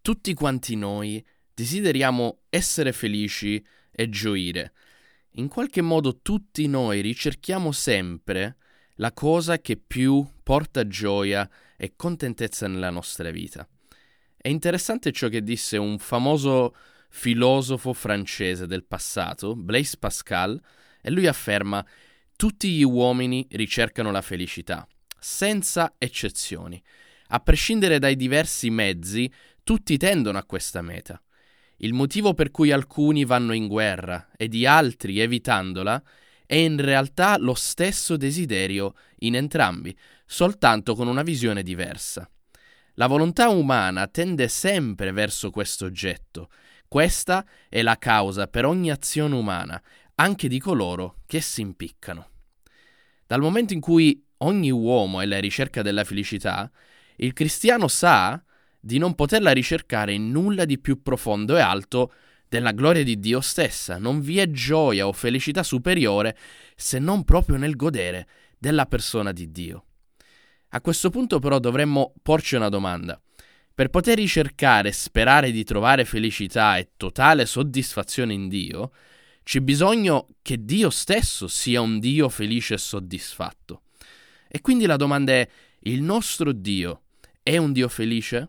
Tutti quanti noi desideriamo essere felici e gioire. In qualche modo tutti noi ricerchiamo sempre la cosa che più porta gioia e contentezza nella nostra vita. È interessante ciò che disse un famoso filosofo francese del passato, Blaise Pascal, e lui afferma: tutti gli uomini ricercano la felicità, senza eccezioni. A prescindere dai diversi mezzi, tutti tendono a questa meta. Il motivo per cui alcuni vanno in guerra e di altri evitandola è in realtà lo stesso desiderio in entrambi, soltanto con una visione diversa. La volontà umana tende sempre verso questo oggetto. Questa è la causa per ogni azione umana, anche di coloro che si impiccano. Dal momento in cui ogni uomo è alla ricerca della felicità, il cristiano sa di non poterla ricercare in nulla di più profondo e alto della gloria di Dio stessa. Non vi è gioia o felicità superiore se non proprio nel godere della persona di Dio. A questo punto però dovremmo porci una domanda. Per poter ricercare e sperare di trovare felicità e totale soddisfazione in Dio, c'è bisogno che Dio stesso sia un Dio felice e soddisfatto. E quindi la domanda è: il nostro Dio è un Dio felice?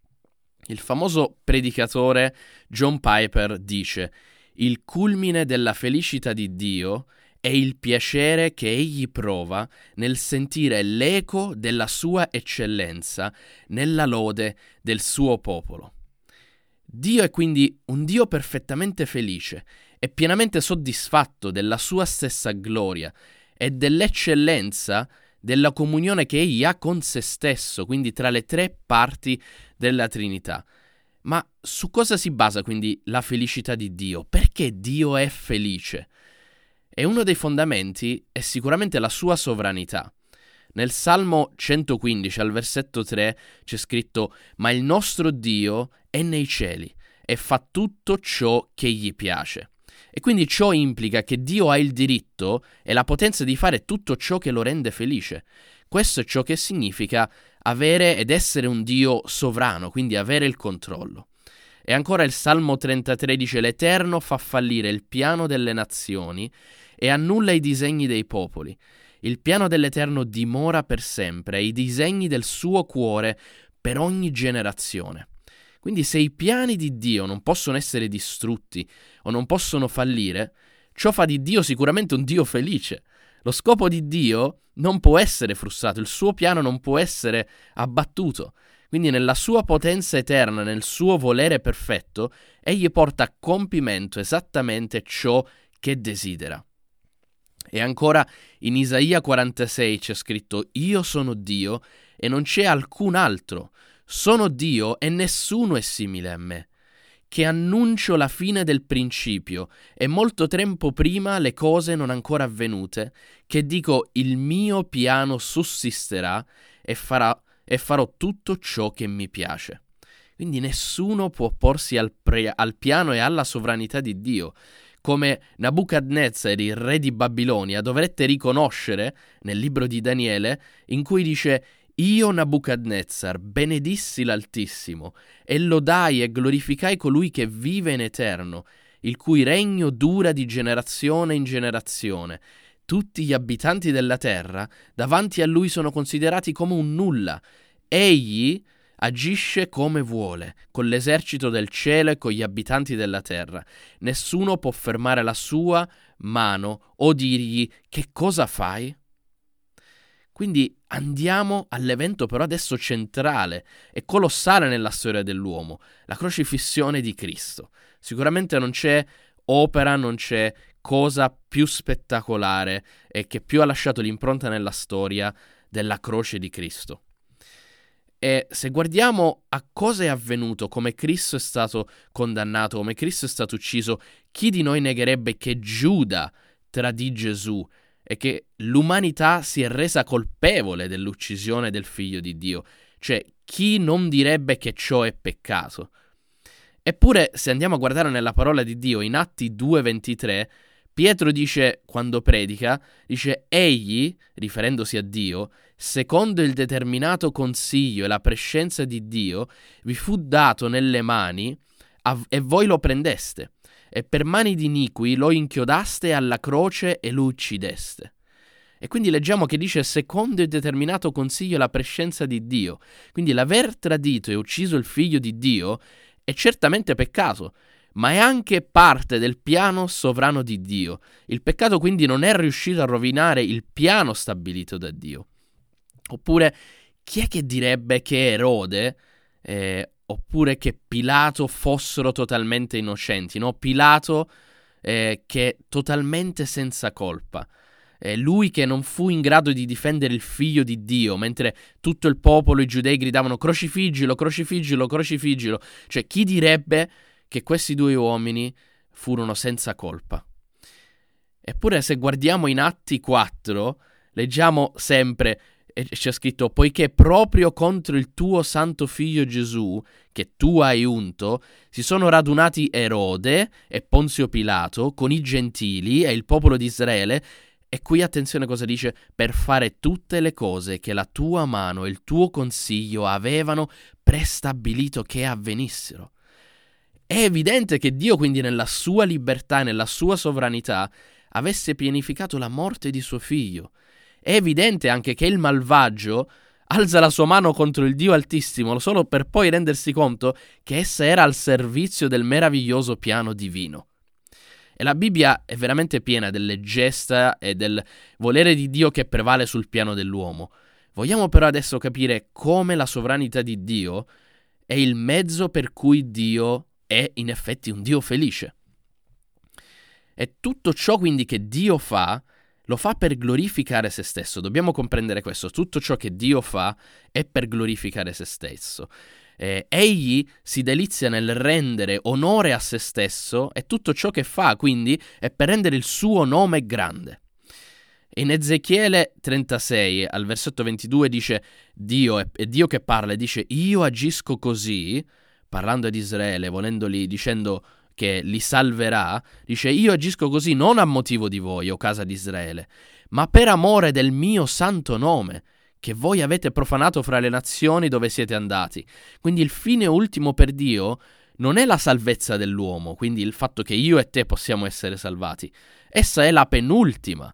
Il famoso predicatore John Piper dice: il culmine della felicità di Dio è il piacere che egli prova nel sentire l'eco della sua eccellenza nella lode del suo popolo. Dio è quindi un Dio perfettamente felice e pienamente soddisfatto della sua stessa gloria e dell'eccellenza della comunione che egli ha con se stesso, quindi tra le tre parti della Trinità. Ma su cosa si basa quindi la felicità di Dio? Perché Dio è felice? E uno dei fondamenti è sicuramente la sua sovranità. Nel Salmo 115 al versetto 3 c'è scritto: ma il nostro Dio è nei cieli e fa tutto ciò che gli piace. E quindi ciò implica che Dio ha il diritto e la potenza di fare tutto ciò che lo rende felice. Questo è ciò che significa avere ed essere un Dio sovrano, quindi avere il controllo. E ancora il Salmo 33 dice: l'Eterno fa fallire il piano delle nazioni e annulla i disegni dei popoli. Il piano dell'Eterno dimora per sempre e i disegni del suo cuore per ogni generazione. Quindi se i piani di Dio non possono essere distrutti o non possono fallire, ciò fa di Dio sicuramente un Dio felice. Lo scopo di Dio non può essere frustrato, il suo piano non può essere abbattuto. Quindi nella sua potenza eterna, nel suo volere perfetto, egli porta a compimento esattamente ciò che desidera. E ancora in Isaia 46 c'è scritto: io sono Dio e non c'è alcun altro. Sono Dio e nessuno è simile a me, che annuncio la fine del principio e molto tempo prima le cose non ancora avvenute, che dico il mio piano sussisterà e farò tutto ciò che mi piace. Quindi nessuno può opporsi al piano e alla sovranità di Dio. Come Nabucadnezzar, il re di Babilonia, dovrette riconoscere nel libro di Daniele, in cui dice: io, Nabucadnezzar, benedissi l'Altissimo e lodai e glorificai colui che vive in eterno, il cui regno dura di generazione in generazione. Tutti gli abitanti della terra davanti a lui sono considerati come un nulla. Egli agisce come vuole, con l'esercito del cielo e con gli abitanti della terra. Nessuno può fermare la sua mano o dirgli: che cosa fai? Quindi andiamo all'evento però adesso centrale e colossale nella storia dell'uomo, la crocifissione di Cristo. Sicuramente non c'è opera, non c'è cosa più spettacolare e che più ha lasciato l'impronta nella storia della croce di Cristo. E se guardiamo a cosa è avvenuto, come Cristo è stato condannato, come Cristo è stato ucciso, chi di noi negherebbe che Giuda tradì Gesù e che l'umanità si è resa colpevole dell'uccisione del Figlio di Dio? Cioè, chi non direbbe che ciò è peccato? Eppure, se andiamo a guardare nella parola di Dio, in Atti 2,23, Pietro dice, quando predica, dice: egli, riferendosi a Dio, secondo il determinato consiglio e la prescenza di Dio, vi fu dato nelle mani e voi lo prendeste, e per mani di iniqui lo inchiodaste alla croce e lo uccideste. E quindi leggiamo che dice secondo il determinato consiglio e la prescenza di Dio. Quindi l'aver tradito e ucciso il figlio di Dio è certamente peccato, ma è anche parte del piano sovrano di Dio. Il peccato quindi non è riuscito a rovinare il piano stabilito da Dio. Oppure chi è che direbbe che Erode oppure che Pilato fossero totalmente innocenti, no? Pilato che è totalmente senza colpa. Lui che non fu in grado di difendere il figlio di Dio, mentre tutto il popolo, i giudei gridavano crocifiggilo, crocifiggilo, crocifiggilo. Cioè, chi direbbe che questi due uomini furono senza colpa? Eppure se guardiamo in Atti 4, leggiamo sempre, e c'è scritto, poiché proprio contro il tuo santo figlio Gesù, che tu hai unto, si sono radunati Erode e Ponzio Pilato con i gentili e il popolo di Israele. E qui attenzione cosa dice, per fare tutte le cose che la tua mano e il tuo consiglio avevano prestabilito che avvenissero. È evidente che Dio quindi nella sua libertà e nella sua sovranità avesse pianificato la morte di suo figlio. È evidente anche che il malvagio alza la sua mano contro il Dio Altissimo solo per poi rendersi conto che essa era al servizio del meraviglioso piano divino. E la Bibbia è veramente piena delle gesta e del volere di Dio che prevale sul piano dell'uomo. Vogliamo però adesso capire come la sovranità di Dio è il mezzo per cui Dio è in effetti un Dio felice. E tutto ciò quindi che Dio fa, lo fa per glorificare se stesso. Dobbiamo comprendere questo. Tutto ciò che Dio fa è per glorificare se stesso. Egli si delizia nel rendere onore a se stesso e tutto ciò che fa quindi è per rendere il suo nome grande. In Ezechiele 36 al versetto 22 dice è Dio che parla e dice io agisco così, parlando ad Israele, dicendo che li salverà, dice io agisco così non a motivo di voi, o casa di Israele, ma per amore del mio santo nome, che voi avete profanato fra le nazioni dove siete andati. Quindi il fine ultimo per Dio non è la salvezza dell'uomo, quindi il fatto che io e te possiamo essere salvati. Essa è la penultima.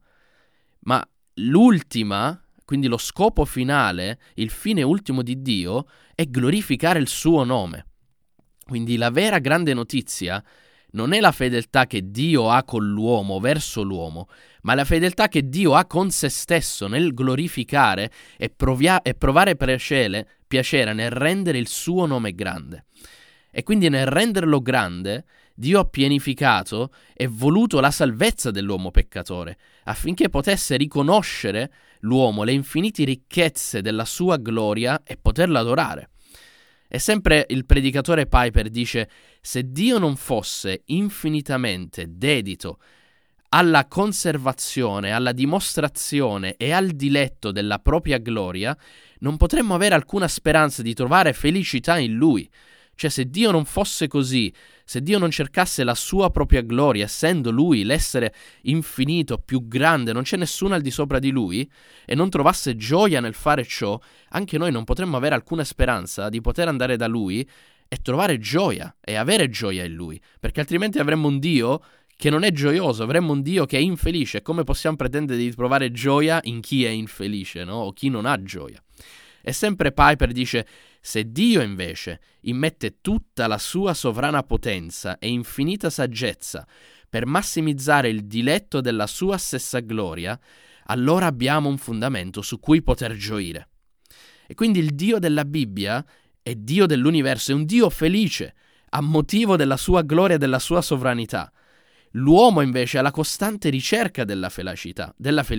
Ma l'ultima, quindi lo scopo finale, il fine ultimo di Dio, è glorificare il suo nome. Quindi la vera grande notizia non è la fedeltà che Dio ha con l'uomo, verso l'uomo, ma la fedeltà che Dio ha con se stesso nel glorificare e provare piacere nel rendere il suo nome grande. E quindi nel renderlo grande, Dio ha pianificato e voluto la salvezza dell'uomo peccatore, affinché potesse riconoscere l'uomo le infinite ricchezze della sua gloria e poterlo adorare. E sempre il predicatore Piper dice: se Dio non fosse infinitamente dedito alla conservazione, alla dimostrazione e al diletto della propria gloria, non potremmo avere alcuna speranza di trovare felicità in Lui. Cioè, se Dio non fosse così, se Dio non cercasse la sua propria gloria, essendo Lui l'essere infinito, più grande, non c'è nessuno al di sopra di Lui, e non trovasse gioia nel fare ciò, anche noi non potremmo avere alcuna speranza di poter andare da Lui e trovare gioia e avere gioia in Lui, perché altrimenti avremmo un Dio che non è gioioso, avremmo un Dio che è infelice. Come possiamo pretendere di trovare gioia in chi è infelice, no? O chi non ha gioia? E sempre Piper dice: se Dio invece immette tutta la sua sovrana potenza e infinita saggezza per massimizzare il diletto della sua stessa gloria, allora abbiamo un fondamento su cui poter gioire. E quindi il Dio della Bibbia è Dio dell'universo, è un Dio felice, a motivo della sua gloria e della sua sovranità. L'uomo invece ha la costante ricerca della felicità.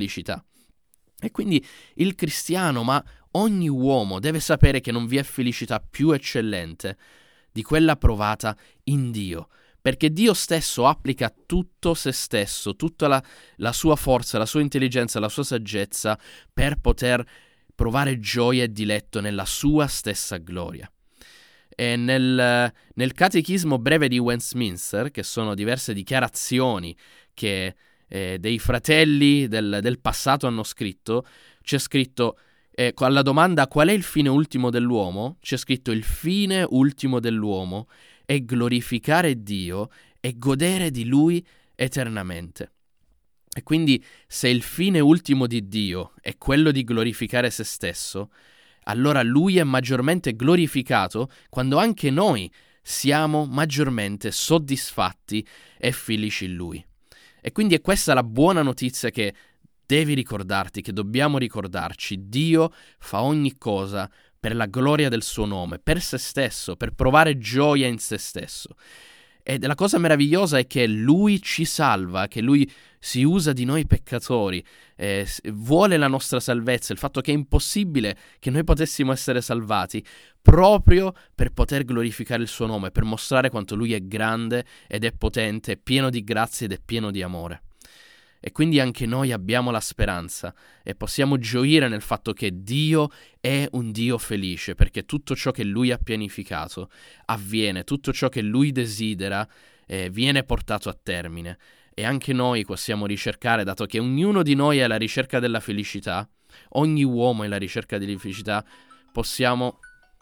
E quindi il cristiano, ma ogni uomo, deve sapere che non vi è felicità più eccellente di quella provata in Dio, perché Dio stesso applica tutto se stesso, tutta la sua forza, la sua intelligenza, la sua saggezza per poter provare gioia e diletto nella sua stessa gloria. E nel Catechismo breve di Westminster, che sono diverse dichiarazioni che dei fratelli del passato hanno scritto, c'è scritto: alla domanda qual è il fine ultimo dell'uomo, c'è scritto il fine ultimo dell'uomo è glorificare Dio e godere di Lui eternamente. E quindi se il fine ultimo di Dio è quello di glorificare se stesso, allora Lui è maggiormente glorificato quando anche noi siamo maggiormente soddisfatti e felici in Lui. E quindi è questa la buona notizia che devi ricordarti, che dobbiamo ricordarci. Dio fa ogni cosa per la gloria del suo nome, per se stesso, per provare gioia in se stesso. E la cosa meravigliosa è che Lui ci salva, che Lui si usa di noi peccatori, vuole la nostra salvezza, il fatto che è impossibile che noi potessimo essere salvati, proprio per poter glorificare il suo nome, per mostrare quanto Lui è grande ed è potente, è pieno di grazia ed è pieno di amore. E quindi anche noi abbiamo la speranza e possiamo gioire nel fatto che Dio è un Dio felice, perché tutto ciò che Lui ha pianificato avviene, tutto ciò che Lui desidera viene portato a termine. E anche noi possiamo ricercare, dato che ognuno di noi è alla ricerca della felicità, ogni uomo è alla ricerca della felicità, possiamo...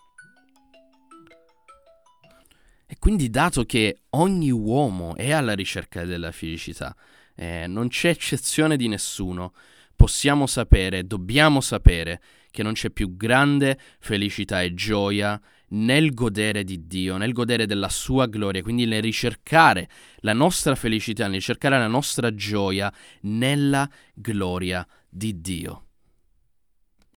E quindi dato che ogni uomo è alla ricerca della felicità, non c'è eccezione di nessuno, possiamo sapere, dobbiamo sapere che non c'è più grande felicità e gioia nel godere di Dio, nel godere della sua gloria, quindi nel ricercare la nostra felicità, nel ricercare la nostra gioia nella gloria di Dio.